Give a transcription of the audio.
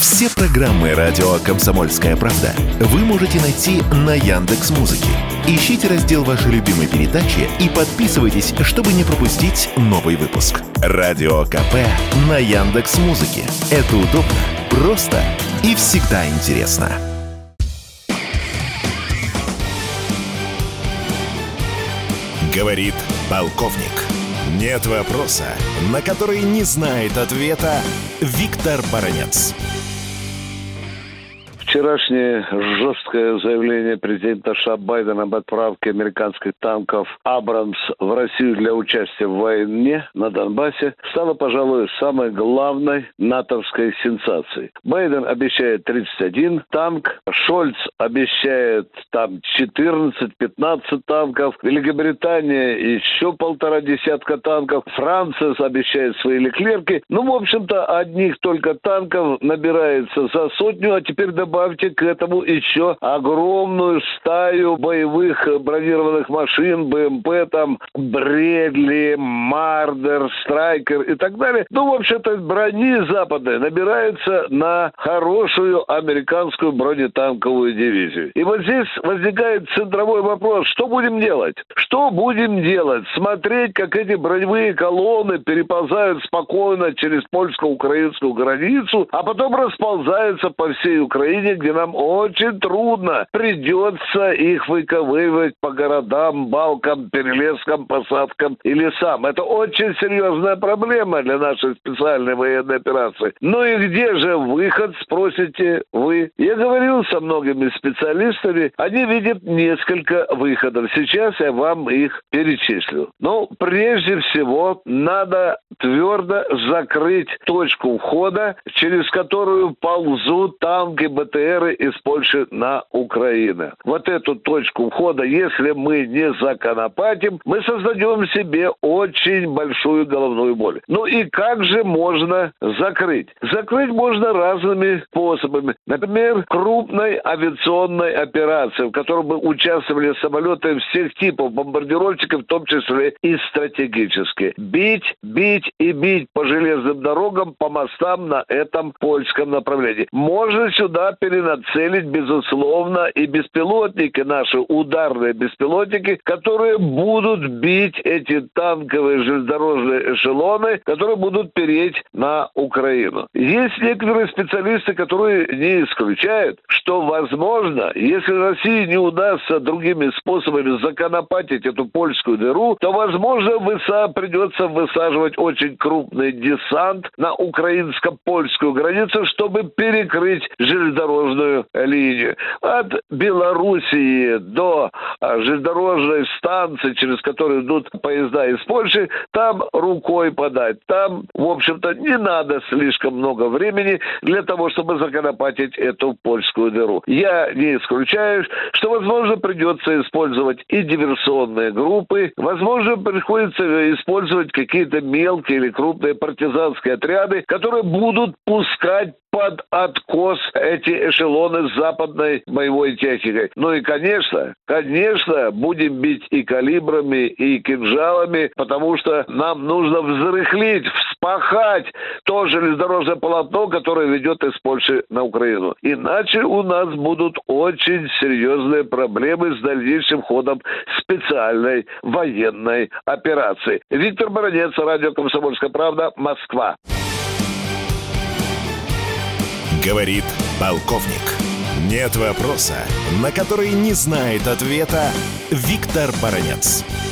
Все программы радио «Комсомольская правда» вы можете найти на Яндекс.Музыке. Ищите раздел вашей любимой передачи и подписывайтесь, чтобы не пропустить новый выпуск. Радио КП на Яндекс.Музыке. Это удобно, просто и всегда интересно. Говорит полковник. Нет вопроса, на который не знает ответа Виктор Баранец. Вчерашнее жесткое заявление президента США Байдена об отправке американских танков «Абрамс» в Россию для участия в войне на Донбассе стало, пожалуй, самой главной натовской сенсацией. Байден обещает 31 танк, Шольц обещает там 14-15 танков, Великобритания еще 1,5 десятка танков, Франция обещает свои леклерки. В общем-то, одних только танков набирается за 100, а теперь добавьте к этому еще огромную стаю боевых бронированных машин, БМП, там, Брэдли, Мардер, Страйкер и так далее. В общем-то, брони западной набирается на хорошую американскую бронетанковую дивизию. И вот здесь возникает центровой вопрос: что будем делать? Что будем делать? Смотреть, как эти броневые колонны переползают спокойно через польско-украинскую границу, а потом расползаются по всей Украине, где нам очень трудно придется их выковыривать по городам, балкам, перелескам, посадкам и лесам. Это очень серьезная проблема для нашей специальной военной операции. И где же выход, спросите вы? Я говорил со многими специалистами, они видят несколько выходов. Сейчас я вам их перечислю. Прежде всего, надо твердо закрыть точку входа, через которую ползут танки, БТРы из Польши на Украину. Вот эту точку входа, если мы не законопатим, мы создадим себе очень большую головную боль. И как же можно закрыть? Закрыть можно разными способами. Например, крупной авиационной операцией, в которой бы участвовали самолеты всех типов, бомбардировщиков, в том числе и стратегические. Бить и бить по железным дорогам, по мостам на этом польском направлении. Можно сюда перенацелить, безусловно, и беспилотники, наши ударные беспилотники, которые будут бить эти танковые железнодорожные эшелоны, которые будут переть на Украину. Есть некоторые специалисты, которые не исключают, что, возможно, если России не удастся другими способами законопатить эту польскую дыру, то, возможно, придется высаживать очень крупный десант на украинско-польскую границу, чтобы перекрыть железнодорожную линию. От Белоруссии до железнодорожной станции, через которую идут поезда из Польши, там рукой подать. Там, в общем-то, не надо слишком много времени для того, чтобы законопатить эту польскую дыру. Я не исключаю, что, возможно, придется использовать и диверсионные группы, возможно, приходится использовать какие-то мелкие или крупные партизанские отряды, которые будут пускать под откос эти эшелоны с западной боевой техникой. И, конечно, будем бить и калибрами, и кинжалами, потому что нам нужно взрыхлить, вспахать то железнодорожное полотно, которое ведет из Польши на Украину. Иначе у нас будут очень серьезные проблемы с дальнейшим ходом специальной военной операции. Виктор Баранец, радио «Комсомольская правда», Москва. Говорит полковник. Нет вопроса, на который не знает ответа Виктор Баранец.